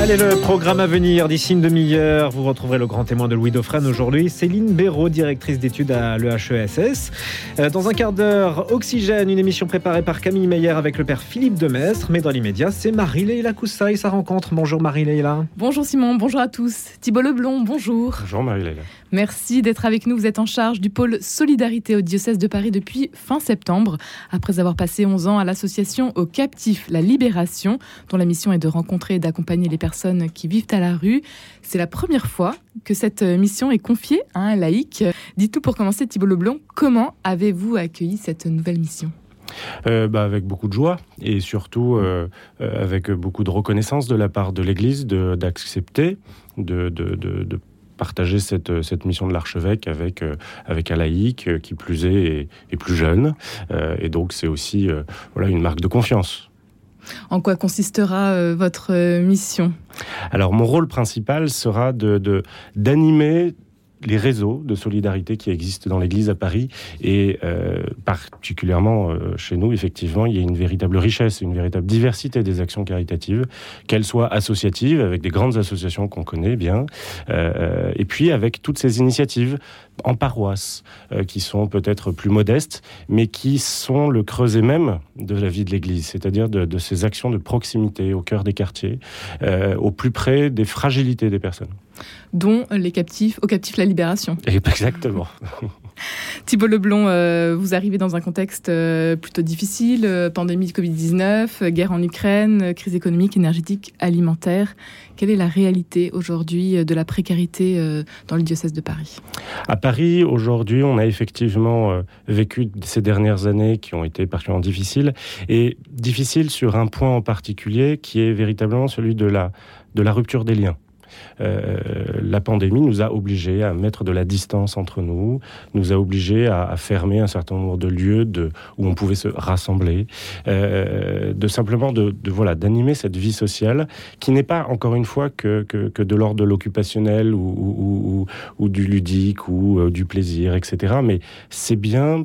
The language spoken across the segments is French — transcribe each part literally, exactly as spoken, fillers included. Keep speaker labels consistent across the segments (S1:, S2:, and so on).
S1: Allez, le programme à venir, d'ici une demi-heure, vous retrouverez le grand témoin de Louis Dauphren aujourd'hui, Céline Béraud, directrice d'études à l'E H E S S. Dans un quart d'heure, Oxygène, une émission préparée par Camille Meyer avec le père Philippe Demestre. Mais dans l'immédiat, c'est Marie-Leila Koussaï, sa rencontre. Bonjour Marie-Leila.
S2: Bonjour Simon, bonjour à tous. Thibault Leblond, bonjour.
S3: Bonjour Marie-Leila.
S2: Merci d'être avec nous. Vous êtes en charge du pôle Solidarité au diocèse de Paris depuis fin septembre. Après avoir passé onze ans à l'association Aux Captifs, la Libération, dont la mission est de rencontrer et d'accompagner les personnes qui vivent à la rue. C'est la première fois que cette mission est confiée à un laïc. Dites-nous pour commencer, Thibault Leblond, comment avez-vous accueilli cette nouvelle mission ?
S3: Euh, bah, avec beaucoup de joie et surtout euh, euh, avec beaucoup de reconnaissance de la part de l'Église de, d'accepter de, de, de, de partager cette, cette mission de l'archevêque avec, euh, avec un laïc euh, qui plus est et, et plus jeune. Euh, et donc c'est aussi euh, voilà, une marque de confiance.
S2: En quoi consistera euh, votre euh, mission ?
S3: Alors mon rôle principal sera de, de, d'animer les réseaux de solidarité qui existent dans l'Église à Paris et euh, particulièrement euh, chez nous, effectivement, il y a une véritable richesse, une véritable diversité des actions caritatives, qu'elles soient associatives, avec des grandes associations qu'on connaît bien, euh, et puis avec toutes ces initiatives en paroisse, euh, qui sont peut-être plus modestes, mais qui sont le creuset même de la vie de l'Église, c'est-à-dire de, de ces actions de proximité au cœur des quartiers, euh, au plus près des fragilités des personnes.
S2: Dont les captifs, aux captifs la libération.
S3: Exactement.
S2: Thibault Leblond, euh, vous arrivez dans un contexte euh, plutôt difficile, euh, pandémie de covid dix-neuf, euh, guerre en Ukraine, euh, crise économique, énergétique, alimentaire. Quelle est la réalité aujourd'hui euh, de la précarité euh, dans le diocèse de Paris ?
S3: À Paris, aujourd'hui, on a effectivement euh, vécu ces dernières années qui ont été particulièrement difficiles, et difficiles sur un point en particulier qui est véritablement celui de la, de la rupture des liens. Euh, la pandémie nous a obligés à mettre de la distance entre nous, nous a obligés à, à fermer un certain nombre de lieux de, où on pouvait se rassembler, euh, de simplement de, de, voilà, d'animer cette vie sociale qui n'est pas, encore une fois, que, que, que de l'ordre de l'occupationnel ou, ou, ou, ou du ludique ou euh, du plaisir, et cetera. Mais c'est bien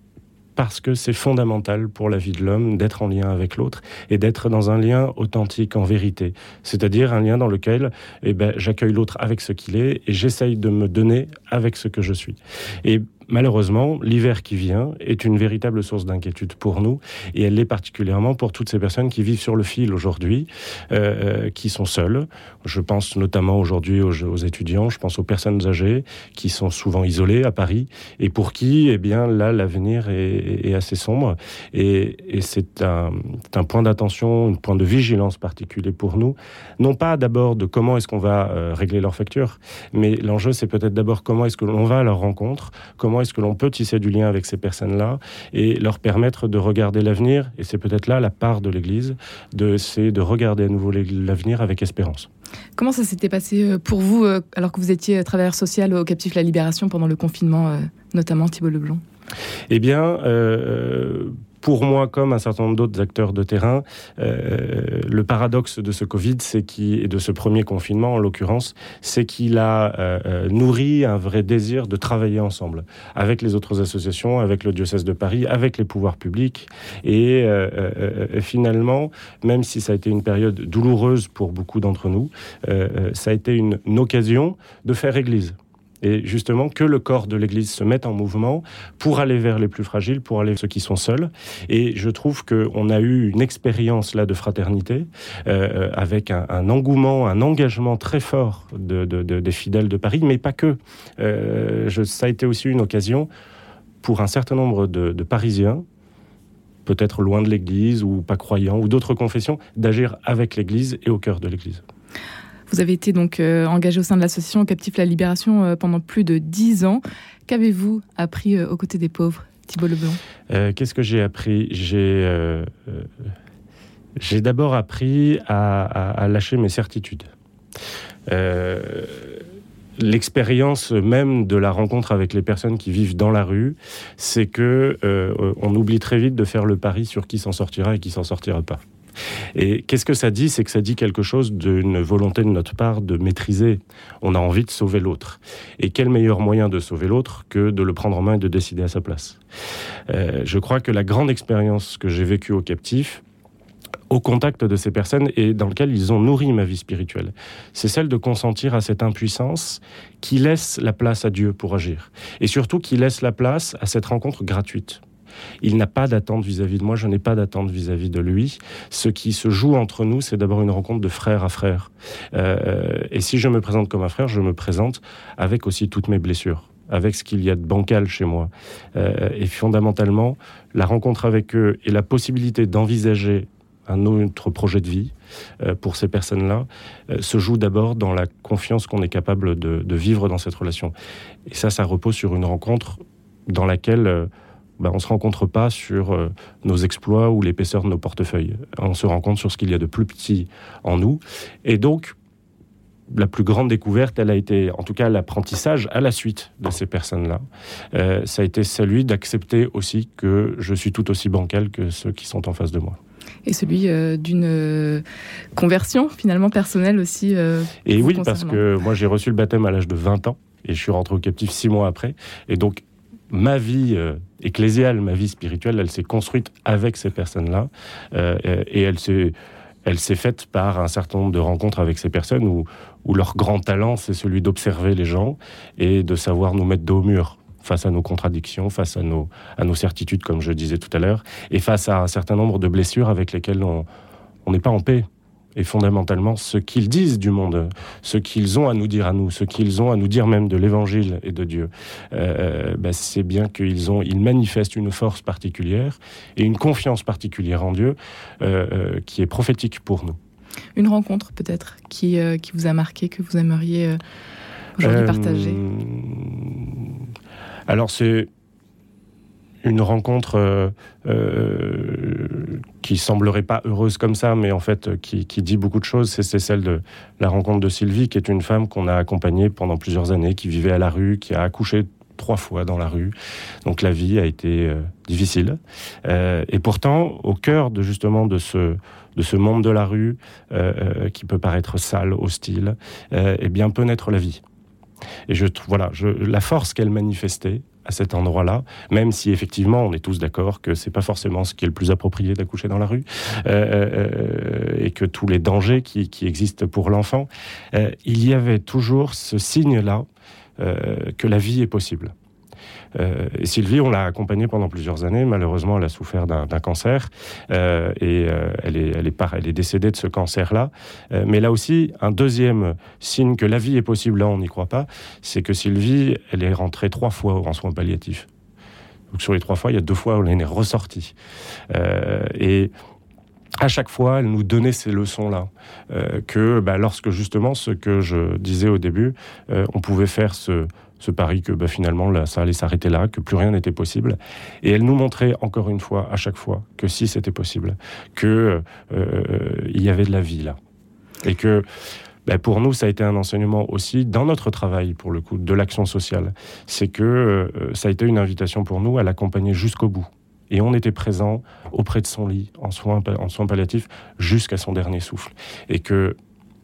S3: parce que c'est fondamental pour la vie de l'homme d'être en lien avec l'autre et d'être dans un lien authentique en vérité. C'est-à-dire un lien dans lequel eh ben, j'accueille l'autre avec ce qu'il est et j'essaye de me donner avec ce que je suis. Et malheureusement, l'hiver qui vient est une véritable source d'inquiétude pour nous et elle l'est particulièrement pour toutes ces personnes qui vivent sur le fil aujourd'hui, euh, qui sont seules. Je pense notamment aujourd'hui aux, aux étudiants, je pense aux personnes âgées qui sont souvent isolées à Paris et pour qui, eh bien, là, l'avenir est, est assez sombre et, et c'est un, un point d'attention, un point de vigilance particulier pour nous. Non pas d'abord de comment est-ce qu'on va euh, régler leurs factures, mais l'enjeu c'est peut-être d'abord comment est-ce que l'on va à leur rencontre, comment est-ce que l'on peut tisser du lien avec ces personnes-là et leur permettre de regarder l'avenir, et c'est peut-être là la part de l'Église, de, c'est de regarder à nouveau l'avenir avec espérance.
S2: Comment ça s'était passé pour vous, alors que vous étiez travailleur social au Captif La Libération pendant le confinement, notamment Thibault Leblond ?
S3: Eh bien, euh, pour moi, comme un certain nombre d'autres acteurs de terrain, euh, le paradoxe de ce Covid, c'est qu'il, et de ce premier confinement en l'occurrence, c'est qu'il a euh, nourri un vrai désir de travailler ensemble, avec les autres associations, avec le diocèse de Paris, avec les pouvoirs publics. Et euh, euh, finalement, même si ça a été une période douloureuse pour beaucoup d'entre nous, euh, ça a été une, une occasion de faire Église. Et justement, que le corps de l'Église se mette en mouvement pour aller vers les plus fragiles, pour aller vers ceux qui sont seuls. Et je trouve qu'on a eu une expérience là de fraternité, euh, avec un, un engouement, un engagement très fort de, de, de, des fidèles de Paris, mais pas que. Euh, je, ça a été aussi une occasion pour un certain nombre de, de Parisiens, peut-être loin de l'Église ou pas croyants, ou d'autres confessions, d'agir avec l'Église et au cœur de l'Église.
S2: Vous avez été donc euh, engagé au sein de l'association Captif La Libération euh, pendant plus de dix ans. Qu'avez-vous appris euh, aux côtés des pauvres, Thibault Leblond ? euh,
S3: Qu'est-ce que j'ai appris ? J'ai, euh, euh, j'ai d'abord appris à, à, à lâcher mes certitudes. Euh, L'expérience même de la rencontre avec les personnes qui vivent dans la rue, c'est que euh, on oublie très vite de faire le pari sur qui s'en sortira et qui s'en sortira pas. Et qu'est-ce que ça dit ? C'est que ça dit quelque chose d'une volonté de notre part de maîtriser. On a envie de sauver l'autre. Et quel meilleur moyen de sauver l'autre que de le prendre en main et de décider à sa place ? euh, Je crois que la grande expérience que j'ai vécue au Captif, au contact de ces personnes et dans lequel ils ont nourri ma vie spirituelle. C'est celle de consentir à cette impuissance qui laisse la place à Dieu pour agir. Et surtout qui laisse la place à cette rencontre gratuite. Il n'a pas d'attente vis-à-vis de moi, je n'ai pas d'attente vis-à-vis de lui. Ce qui se joue entre nous, c'est d'abord une rencontre de frère à frère. Euh, et si je me présente comme un frère, je me présente avec aussi toutes mes blessures, avec ce qu'il y a de bancal chez moi. Euh, et fondamentalement, la rencontre avec eux et la possibilité d'envisager un autre projet de vie euh, pour ces personnes-là euh, se joue d'abord dans la confiance qu'on est capable de, de vivre dans cette relation. Et ça, ça repose sur une rencontre dans laquelle euh, bah, on ne se rencontre pas sur euh, nos exploits ou l'épaisseur de nos portefeuilles. On se rencontre sur ce qu'il y a de plus petit en nous. Et donc, la plus grande découverte, elle a été, en tout cas l'apprentissage à la suite de ces personnes-là, euh, ça a été celui d'accepter aussi que je suis tout aussi bancal que ceux qui sont en face de moi.
S2: Et celui euh, d'une euh, conversion finalement personnelle aussi. Euh,
S3: et oui, parce que moi j'ai reçu le baptême à l'âge de vingt ans et je suis rentré au captif six mois après. Et donc ma vie euh, ecclésiale, ma vie spirituelle, elle s'est construite avec ces personnes-là euh, et elle s'est, elle s'est faite par un certain nombre de rencontres avec ces personnes où, où leur grand talent c'est celui d'observer les gens et de savoir nous mettre dos au mur face à nos contradictions, face à nos, à nos certitudes, comme je disais tout à l'heure, et face à un certain nombre de blessures avec lesquelles on n'est pas en paix. Et fondamentalement, ce qu'ils disent du monde, ce qu'ils ont à nous dire à nous, ce qu'ils ont à nous dire même de l'Évangile et de Dieu, euh, bah c'est bien qu'ils ont, ils manifestent une force particulière et une confiance particulière en Dieu euh, euh, qui est prophétique pour nous.
S2: Une rencontre peut-être qui, euh, qui vous a marqué, que vous aimeriez euh, aujourd'hui euh, partager ?
S3: Alors c'est une rencontre euh, euh, qui semblerait pas heureuse comme ça, mais en fait qui, qui dit beaucoup de choses. C'est, c'est celle de la rencontre de Sylvie, qui est une femme qu'on a accompagnée pendant plusieurs années, qui vivait à la rue, qui a accouché trois fois dans la rue. Donc la vie a été euh, difficile. Euh, et pourtant, au cœur de justement de ce de ce monde de la rue, euh, euh, qui peut paraître sale, hostile, euh, eh bien peut naître la vie. Et je trouve, voilà, je, la force qu'elle manifestait à cet endroit-là, même si effectivement on est tous d'accord que c'est pas forcément ce qui est le plus approprié d'accoucher dans la rue, euh, euh, et que tous les dangers qui, qui existent pour l'enfant, euh, il y avait toujours ce signe-là euh, que la vie est possible. Euh, et Sylvie, on l'a accompagnée pendant plusieurs années. Malheureusement, elle a souffert d'un, d'un cancer euh, et euh, elle, est, elle, est par, elle est décédée de ce cancer-là. Euh, mais là aussi, un deuxième signe que la vie est possible, là on n'y croit pas, c'est que Sylvie, elle est rentrée trois fois en soins palliatifs. Donc sur les trois fois, il y a deux fois où elle est ressortie. Euh, et à chaque fois, elle nous donnait ces leçons-là. Euh, que bah, lorsque justement, ce que je disais au début, euh, on pouvait faire ce... ce pari que bah, finalement là, ça allait s'arrêter là, que plus rien n'était possible. Et elle nous montrait encore une fois, à chaque fois, que si c'était possible, que euh, il y avait de la vie là. Et que bah, pour nous, ça a été un enseignement aussi dans notre travail, pour le coup, de l'action sociale. C'est que euh, ça a été une invitation pour nous à l'accompagner jusqu'au bout. Et on était présent auprès de son lit, en soins, en soins palliatifs, jusqu'à son dernier souffle. Et que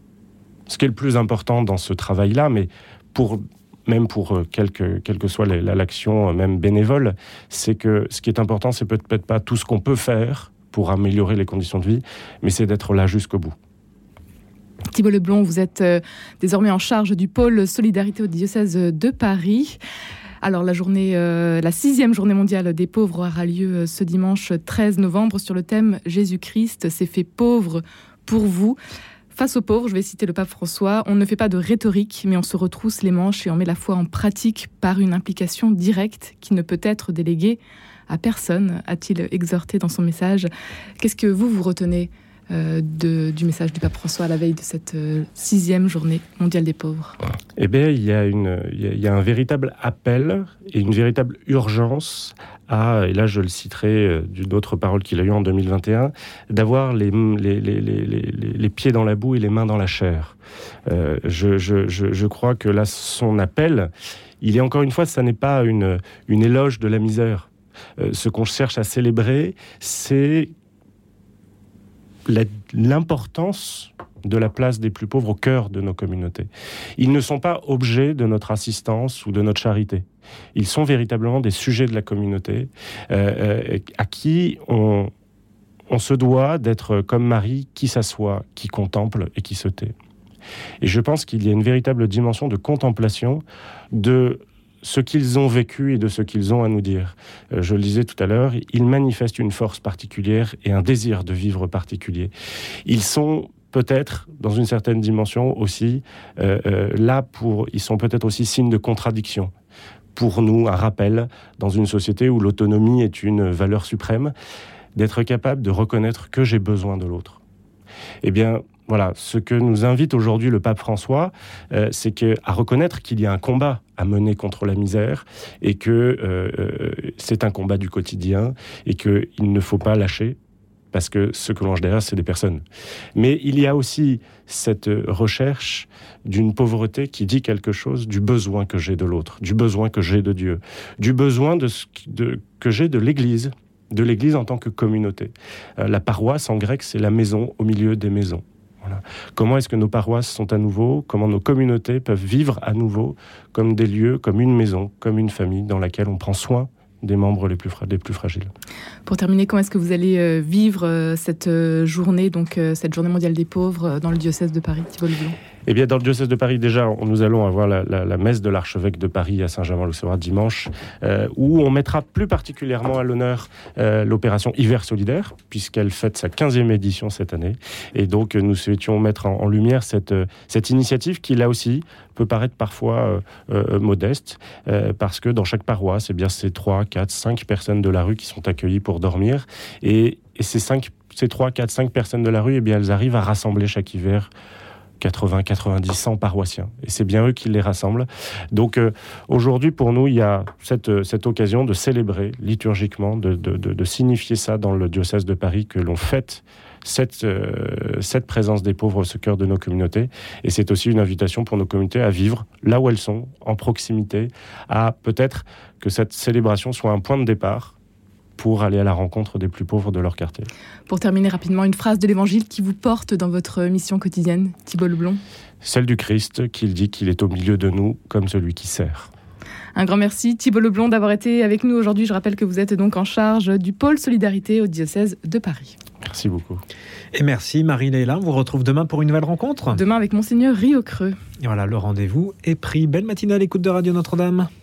S3: ce qui est le plus important dans ce travail-là, mais pour... même pour quelle que, quelle que soit l'action même bénévole, c'est que ce qui est important, c'est peut-être pas tout ce qu'on peut faire pour améliorer les conditions de vie, mais c'est d'être là jusqu'au bout.
S2: Thibault Leblond, vous êtes euh, désormais en charge du pôle Solidarité au diocèse de Paris. Alors la journée, euh, la sixième journée mondiale des pauvres aura lieu ce dimanche treize novembre sur le thème « Jésus-Christ s'est fait pauvre pour vous ». Face aux pauvres, je vais citer le pape François, on ne fait pas de rhétorique, mais on se retrousse les manches et on met la foi en pratique par une implication directe qui ne peut être déléguée à personne, a-t-il exhorté dans son message. Qu'est-ce que vous, vous retenez euh, de, du message du pape François à la veille de cette euh, sixième journée mondiale des pauvres ?
S3: Eh bien, il y a une, il y a un véritable appel et une véritable urgence à, et là je le citerai d'une autre parole qu'il a eue en deux mille vingt et un, d'avoir les, les, les, les, les, les pieds dans la boue et les mains dans la chair. Euh, je, je, je, je crois que là, son appel, il est encore une fois, ça n'est pas une, une éloge de la misère. Euh, ce qu'on cherche à célébrer, c'est la, l'importance de la place des plus pauvres au cœur de nos communautés. Ils ne sont pas objets de notre assistance ou de notre charité. Ils sont véritablement des sujets de la communauté euh, euh, à qui on, on se doit d'être comme Marie qui s'assoit, qui contemple et qui se tait. Et je pense qu'il y a une véritable dimension de contemplation de ce qu'ils ont vécu et de ce qu'ils ont à nous dire. Euh, je le disais tout à l'heure, ils manifestent une force particulière et un désir de vivre particulier. Ils sont peut-être, dans une certaine dimension aussi, euh, euh, là pour... Ils sont peut-être aussi signes de contradiction. Pour nous, un rappel, dans une société où l'autonomie est une valeur suprême, d'être capable de reconnaître que j'ai besoin de l'autre. Eh bien, voilà, ce que nous invite aujourd'hui le pape François, euh, c'est que, à reconnaître qu'il y a un combat à mener contre la misère et que euh, euh, c'est un combat du quotidien et qu'il ne faut pas lâcher parce que ce que l'on mange derrière, c'est des personnes. Mais il y a aussi cette recherche d'une pauvreté qui dit quelque chose du besoin que j'ai de l'autre, du besoin que j'ai de Dieu, du besoin de ce, de, que j'ai de l'Église, de l'Église en tant que communauté. Euh, la paroisse, en grec, c'est la maison au milieu des maisons. Voilà. Comment est-ce que nos paroisses sont à nouveau, comment nos communautés peuvent vivre à nouveau comme des lieux, comme une maison, comme une famille dans laquelle on prend soin des membres les plus, fra- les plus fragiles.
S2: Pour terminer, comment est-ce que vous allez euh, vivre euh, cette euh, journée, donc euh, cette journée mondiale des pauvres euh, dans le diocèse de Paris, Thibault Leblond ?
S3: Eh bien, dans le diocèse de Paris, déjà, nous allons avoir la, la, la messe de l'archevêque de Paris à Saint-Germain-l'Auxerrois dimanche, euh, où on mettra plus particulièrement à l'honneur euh, l'opération Hiver solidaire, puisqu'elle fête sa quinzième édition cette année. Et donc, nous souhaitions mettre en, en lumière cette, cette initiative qui, là aussi, peut paraître parfois euh, euh, modeste, euh, parce que dans chaque paroisse, eh bien, c'est trois, quatre, cinq personnes de la rue qui sont accueillies pour dormir. Et, et ces cinq, ces trois, quatre, cinq personnes de la rue, eh bien, elles arrivent à rassembler chaque hiver quatre-vingts, quatre-vingt-dix, cent paroissiens. Et c'est bien eux qui les rassemblent. Donc euh, aujourd'hui, pour nous, il y a cette, cette occasion de célébrer liturgiquement, de, de, de, de signifier ça dans le diocèse de Paris, que l'on fête cette, euh, cette présence des pauvres au cœur de nos communautés. Et c'est aussi une invitation pour nos communautés à vivre là où elles sont, en proximité, à peut-être que cette célébration soit un point de départ pour aller à la rencontre des plus pauvres de leur quartier.
S2: Pour terminer rapidement, une phrase de l'Évangile qui vous porte dans votre mission quotidienne, Thibault Leblond.
S3: Celle du Christ, qui dit qu'il est au milieu de nous comme celui qui sert.
S2: Un grand merci Thibault Leblond d'avoir été avec nous aujourd'hui. Je rappelle que vous êtes donc en charge du pôle Solidarité au diocèse de Paris.
S3: Merci beaucoup.
S1: Et merci Marie-Léla. On vous retrouve demain pour une nouvelle rencontre.
S2: Demain avec Monseigneur Riocreux.
S1: Et voilà, le rendez-vous est pris. Belle matinée à l'écoute de Radio Notre-Dame.